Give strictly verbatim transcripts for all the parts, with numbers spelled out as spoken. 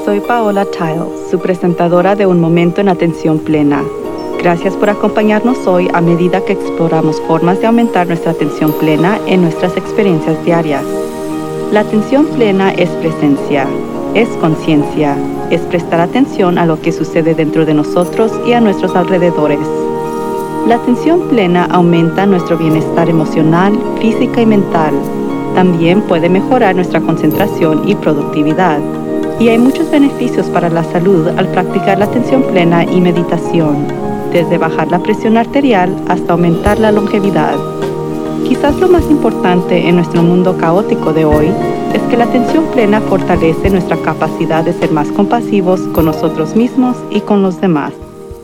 Soy Paola Tile, su presentadora de Un Momento en Atención Plena. Gracias por acompañarnos hoy a medida que exploramos formas de aumentar nuestra atención plena en nuestras experiencias diarias. La atención plena es presencia, es conciencia, es prestar atención a lo que sucede dentro de nosotros y a nuestros alrededores. La atención plena aumenta nuestro bienestar emocional, física y mental. También puede mejorar nuestra concentración y productividad. Y hay muchos beneficios para la salud al practicar la atención plena y meditación, desde bajar la presión arterial hasta aumentar la longevidad. Quizás lo más importante en nuestro mundo caótico de hoy es que la atención plena fortalece nuestra capacidad de ser más compasivos con nosotros mismos y con los demás.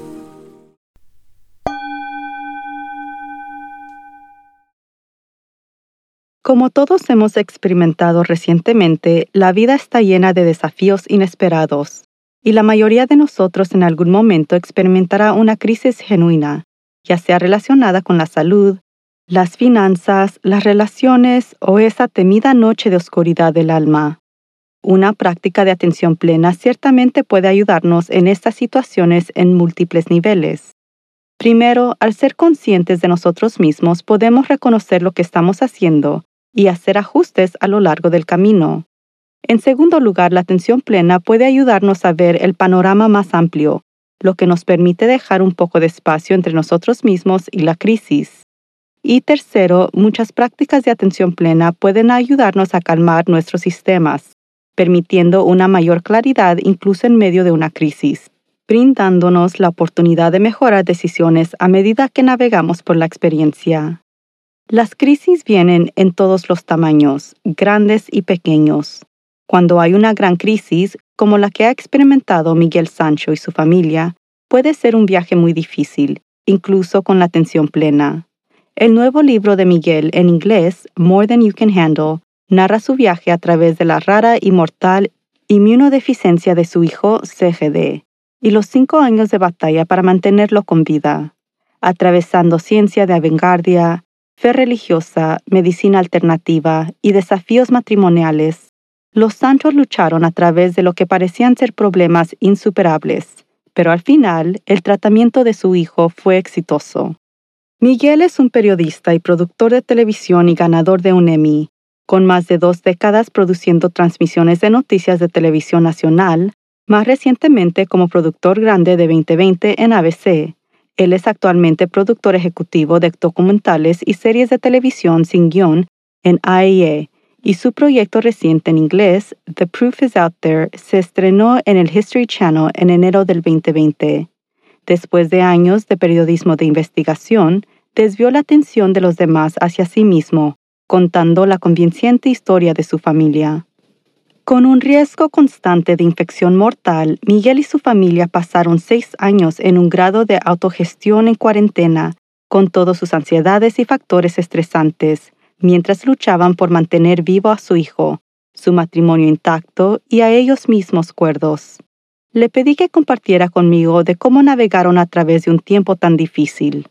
Como todos hemos experimentado recientemente, la vida está llena de desafíos inesperados, y la mayoría de nosotros en algún momento experimentará una crisis genuina, ya sea relacionada con la salud, las finanzas, las relaciones o esa temida noche de oscuridad del alma. Una práctica de atención plena ciertamente puede ayudarnos en estas situaciones en múltiples niveles. Primero, al ser conscientes de nosotros mismos, podemos reconocer lo que estamos haciendo y hacer ajustes a lo largo del camino. En segundo lugar, la atención plena puede ayudarnos a ver el panorama más amplio, lo que nos permite dejar un poco de espacio entre nosotros mismos y la crisis. Y tercero, muchas prácticas de atención plena pueden ayudarnos a calmar nuestros sistemas, permitiendo una mayor claridad incluso en medio de una crisis, brindándonos la oportunidad de mejorar decisiones a medida que navegamos por la experiencia. Las crisis vienen en todos los tamaños, grandes y pequeños. Cuando hay una gran crisis, como la que ha experimentado Miguel Sancho y su familia, puede ser un viaje muy difícil, incluso con la atención plena. El nuevo libro de Miguel en inglés, More Than You Can Handle, narra su viaje a través de la rara y mortal inmunodeficiencia de su hijo C G D y los cinco años de batalla para mantenerlo con vida, atravesando ciencia de vanguardia, fe religiosa, medicina alternativa y desafíos matrimoniales. Los Sanchos lucharon a través de lo que parecían ser problemas insuperables, pero al final el tratamiento de su hijo fue exitoso. Miguel es un periodista y productor de televisión y ganador de un Emmy, con más de dos décadas produciendo transmisiones de noticias de televisión nacional, más recientemente como productor grande de veinte veinte en A B C. Él es actualmente productor ejecutivo de documentales y series de televisión sin guión en A E A, y su proyecto reciente en inglés, The Proof is Out There, se estrenó en el History Channel en enero del veinte veinte. Después de años de periodismo de investigación, desvió la atención de los demás hacia sí mismo, contando la convincente historia de su familia. Con un riesgo constante de infección mortal, Miguel y su familia pasaron seis años en un grado de autogestión en cuarentena, con todas sus ansiedades y factores estresantes, mientras luchaban por mantener vivo a su hijo, su matrimonio intacto y a ellos mismos cuerdos. Le pedí que compartiera conmigo de cómo navegaron a través de un tiempo tan difícil.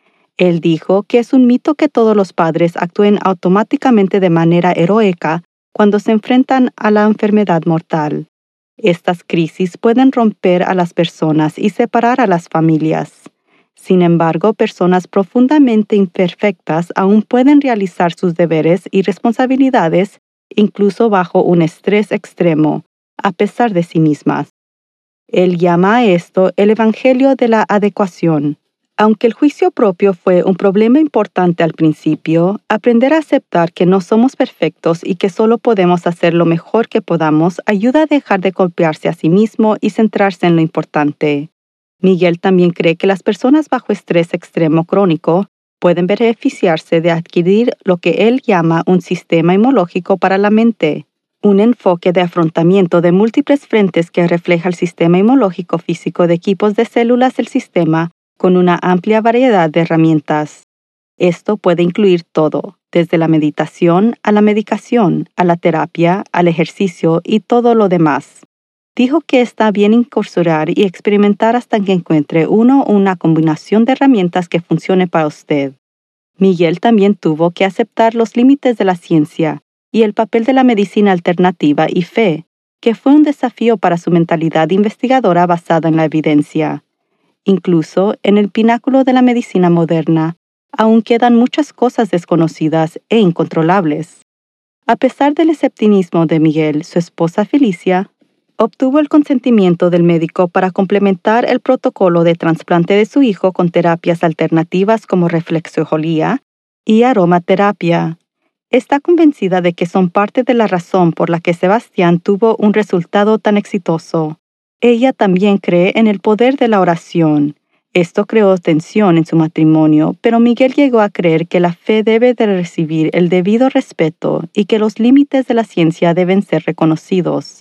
Él dijo que es un mito que todos los padres actúen automáticamente de manera heroica cuando se enfrentan a la enfermedad mortal. Estas crisis pueden romper a las personas y separar a las familias. Sin embargo, personas profundamente imperfectas aún pueden realizar sus deberes y responsabilidades incluso bajo un estrés extremo, a pesar de sí mismas. Él llama a esto el Evangelio de la adecuación. Aunque el juicio propio fue un problema importante al principio, aprender a aceptar que no somos perfectos y que solo podemos hacer lo mejor que podamos ayuda a dejar de golpearse a sí mismo y centrarse en lo importante. Miguel también cree que las personas bajo estrés extremo crónico pueden beneficiarse de adquirir lo que él llama un sistema inmunológico para la mente, un enfoque de afrontamiento de múltiples frentes que refleja el sistema inmunológico físico de equipos de células del sistema con una amplia variedad de herramientas. Esto puede incluir todo, desde la meditación a la medicación, a la terapia, al ejercicio y todo lo demás. Dijo que está bien incursionar y experimentar hasta que encuentre uno o una combinación de herramientas que funcione para usted. Miguel también tuvo que aceptar los límites de la ciencia y el papel de la medicina alternativa y fe, que fue un desafío para su mentalidad investigadora basada en la evidencia. Incluso en el pináculo de la medicina moderna, aún quedan muchas cosas desconocidas e incontrolables. A pesar del escepticismo de Miguel, su esposa Felicia obtuvo el consentimiento del médico para complementar el protocolo de trasplante de su hijo con terapias alternativas como reflexología y aromaterapia. Está convencida de que son parte de la razón por la que Sebastián tuvo un resultado tan exitoso. Ella también cree en el poder de la oración. Esto creó tensión en su matrimonio, pero Miguel llegó a creer que la fe debe de recibir el debido respeto y que los límites de la ciencia deben ser reconocidos.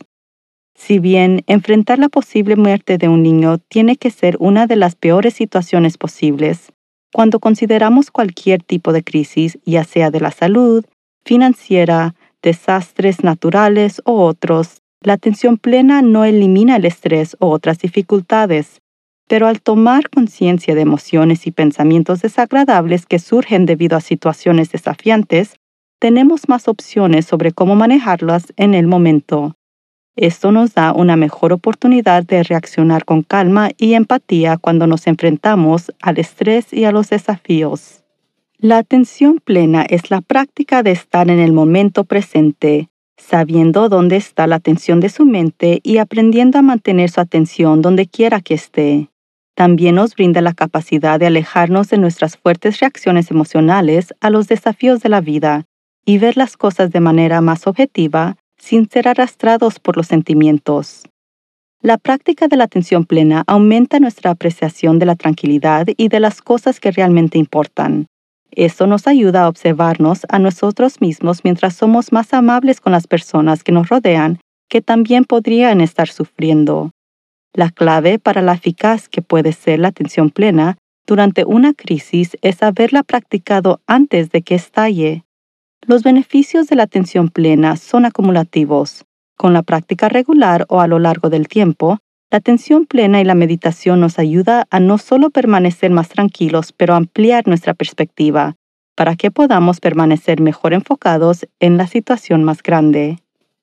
Si bien enfrentar la posible muerte de un niño tiene que ser una de las peores situaciones posibles, cuando consideramos cualquier tipo de crisis, ya sea de la salud, financiera, desastres naturales o otros, la atención plena no elimina el estrés o otras dificultades, pero al tomar conciencia de emociones y pensamientos desagradables que surgen debido a situaciones desafiantes, tenemos más opciones sobre cómo manejarlas en el momento. Esto nos da una mejor oportunidad de reaccionar con calma y empatía cuando nos enfrentamos al estrés y a los desafíos. La atención plena es la práctica de estar en el momento presente, sabiendo dónde está la atención de su mente y aprendiendo a mantener su atención donde quiera que esté. También nos brinda la capacidad de alejarnos de nuestras fuertes reacciones emocionales a los desafíos de la vida y ver las cosas de manera más objetiva, sin ser arrastrados por los sentimientos. La práctica de la atención plena aumenta nuestra apreciación de la tranquilidad y de las cosas que realmente importan. Esto nos ayuda a observarnos a nosotros mismos mientras somos más amables con las personas que nos rodean, que también podrían estar sufriendo. La clave para la eficaz que puede ser la atención plena durante una crisis es haberla practicado antes de que estalle. Los beneficios de la atención plena son acumulativos. Con la práctica regular o a lo largo del tiempo, la atención plena y la meditación nos ayuda a no solo permanecer más tranquilos, pero ampliar nuestra perspectiva, para que podamos permanecer mejor enfocados en la situación más grande.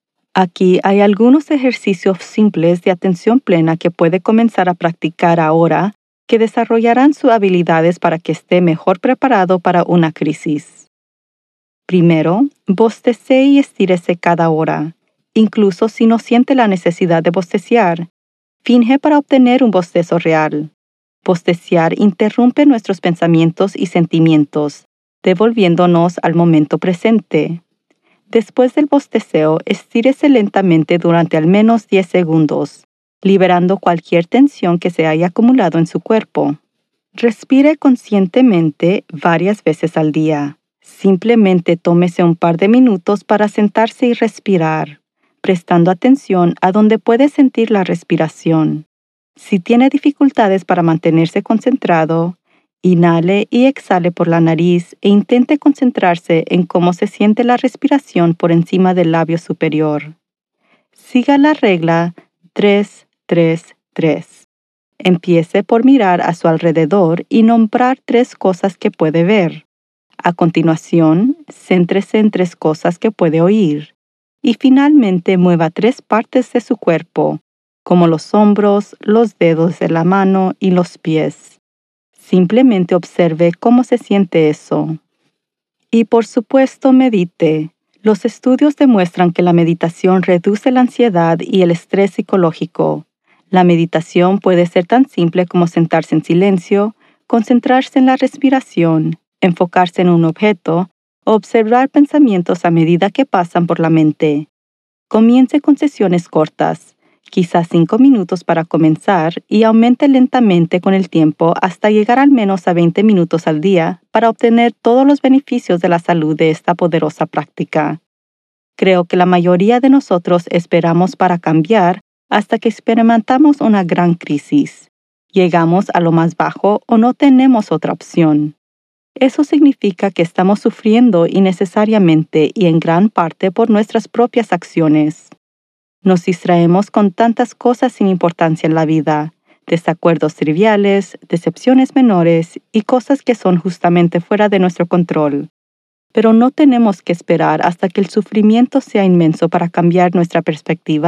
Aquí hay algunos ejercicios simples de atención plena que puede comenzar a practicar ahora, que desarrollarán sus habilidades para que esté mejor preparado para una crisis. Primero, bostece y estírese cada hora, incluso si no siente la necesidad de bostecear. Finge para obtener un bostezo real. Bostecear interrumpe nuestros pensamientos y sentimientos, devolviéndonos al momento presente. Después del bosteceo, estírese lentamente durante al menos diez segundos, liberando cualquier tensión que se haya acumulado en su cuerpo. Respire conscientemente varias veces al día. Simplemente tómese un par de minutos para sentarse y respirar, prestando atención a donde puede sentir la respiración. Si tiene dificultades para mantenerse concentrado, inhale y exhale por la nariz e intente concentrarse en cómo se siente la respiración por encima del labio superior. Siga la regla tres tres tres. Empiece por mirar a su alrededor y nombrar tres cosas que puede ver. A continuación, céntrese en tres cosas que puede oír. Y finalmente mueva tres partes de su cuerpo, como los hombros, los dedos de la mano y los pies. Simplemente observe cómo se siente eso. Y por supuesto, medite. Los estudios demuestran que la meditación reduce la ansiedad y el estrés psicológico. La meditación puede ser tan simple como sentarse en silencio, concentrarse en la respiración, enfocarse en un objeto, o observar pensamientos a medida que pasan por la mente. Comience con sesiones cortas, quizás cinco minutos para comenzar, y aumente lentamente con el tiempo hasta llegar al menos a veinte minutos al día para obtener todos los beneficios de la salud de esta poderosa práctica. Creo que la mayoría de nosotros esperamos para cambiar hasta que experimentamos una gran crisis. Llegamos a lo más bajo o no tenemos otra opción. Eso significa que estamos sufriendo innecesariamente y en gran parte por nuestras propias acciones. Nos distraemos con tantas cosas sin importancia en la vida, desacuerdos triviales, decepciones menores y cosas que son justamente fuera de nuestro control. Pero no tenemos que esperar hasta que el sufrimiento sea inmenso para cambiar nuestra perspectiva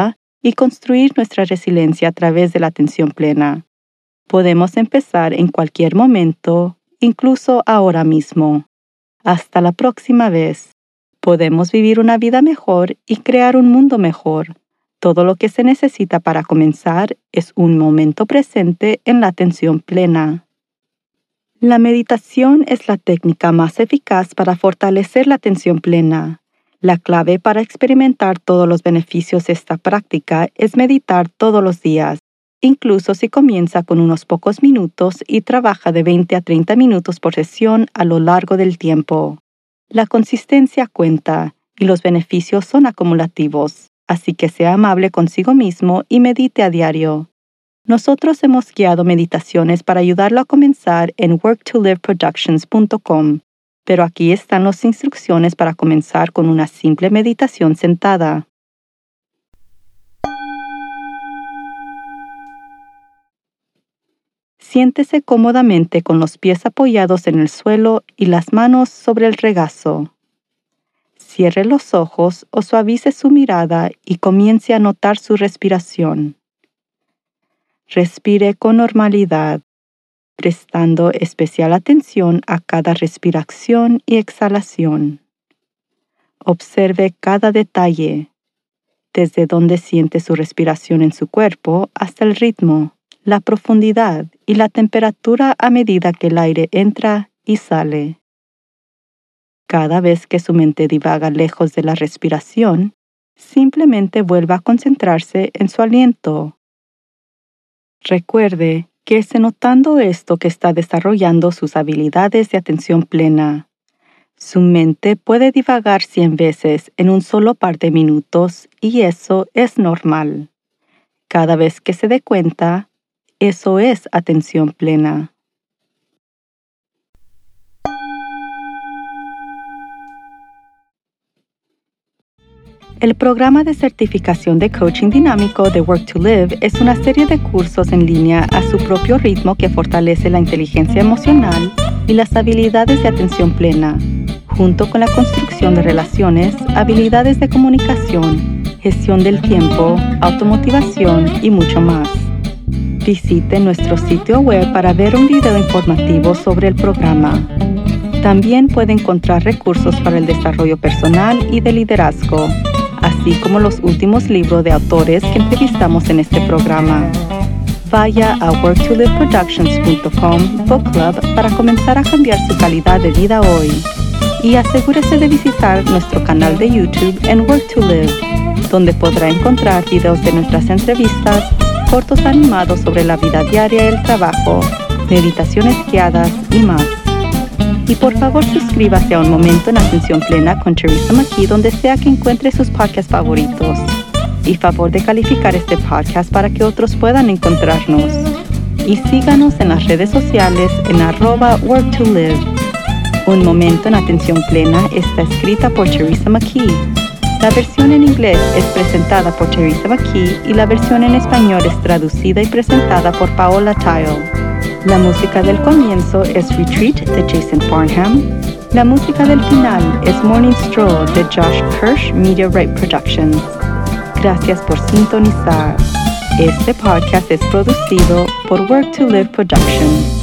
y construir nuestra resiliencia a través de la atención plena. Podemos empezar en cualquier momento, incluso ahora mismo. Hasta la próxima vez. Podemos vivir una vida mejor y crear un mundo mejor. Todo lo que se necesita para comenzar es un momento presente en la atención plena. La meditación es la técnica más eficaz para fortalecer la atención plena. La clave para experimentar todos los beneficios de esta práctica es meditar todos los días, incluso si comienza con unos pocos minutos y trabaja de veinte a treinta minutos por sesión a lo largo del tiempo. La consistencia cuenta y los beneficios son acumulativos, así que sea amable consigo mismo y medite a diario. Nosotros hemos guiado meditaciones para ayudarlo a comenzar en work to live productions punto com, pero aquí están las instrucciones para comenzar con una simple meditación sentada. Siéntese cómodamente con los pies apoyados en el suelo y las manos sobre el regazo. Cierre los ojos o suavice su mirada y comience a notar su respiración. Respire con normalidad, prestando especial atención a cada respiración y exhalación. Observe cada detalle, desde donde siente su respiración en su cuerpo hasta el ritmo, la profundidad y la temperatura a medida que el aire entra y sale. Cada vez que su mente divaga lejos de la respiración, simplemente vuelva a concentrarse en su aliento. Recuerde que es notando esto que está desarrollando sus habilidades de atención plena. Su mente puede divagar cien veces en un solo par de minutos y eso es normal. Cada vez que se dé cuenta, eso es atención plena. El programa de certificación de coaching dinámico de Work to Live es una serie de cursos en línea a su propio ritmo que fortalece la inteligencia emocional y las habilidades de atención plena, junto con la construcción de relaciones, habilidades de comunicación, gestión del tiempo, automotivación y mucho más. Visite nuestro sitio web para ver un video informativo sobre el programa. También puede encontrar recursos para el desarrollo personal y de liderazgo, así como los últimos libros de autores que entrevistamos en este programa. Vaya a work to live productions punto com Book Club para comenzar a cambiar su calidad de vida hoy. Y asegúrese de visitar nuestro canal de YouTube en Work to Live, donde podrá encontrar videos de nuestras entrevistas, cortos animados sobre la vida diaria y el trabajo, meditaciones guiadas y más. Y por favor suscríbase a Un Momento en Atención Plena con Teresa McKee donde sea que encuentre sus podcasts favoritos. Y favor de calificar este podcast para que otros puedan encontrarnos. Y síganos en las redes sociales en arroba work to live. Un Momento en Atención Plena está escrita por Teresa McKee. La versión en inglés es presentada por Teresa McKee y la versión en español es traducida y presentada por Paola Tile. La música del comienzo es Retreat de Jason Farnham. La música del final es Morning Stroll de Josh Kirsch Media Right Productions. Gracias por sintonizar. Este podcast es producido por Work to Live Productions.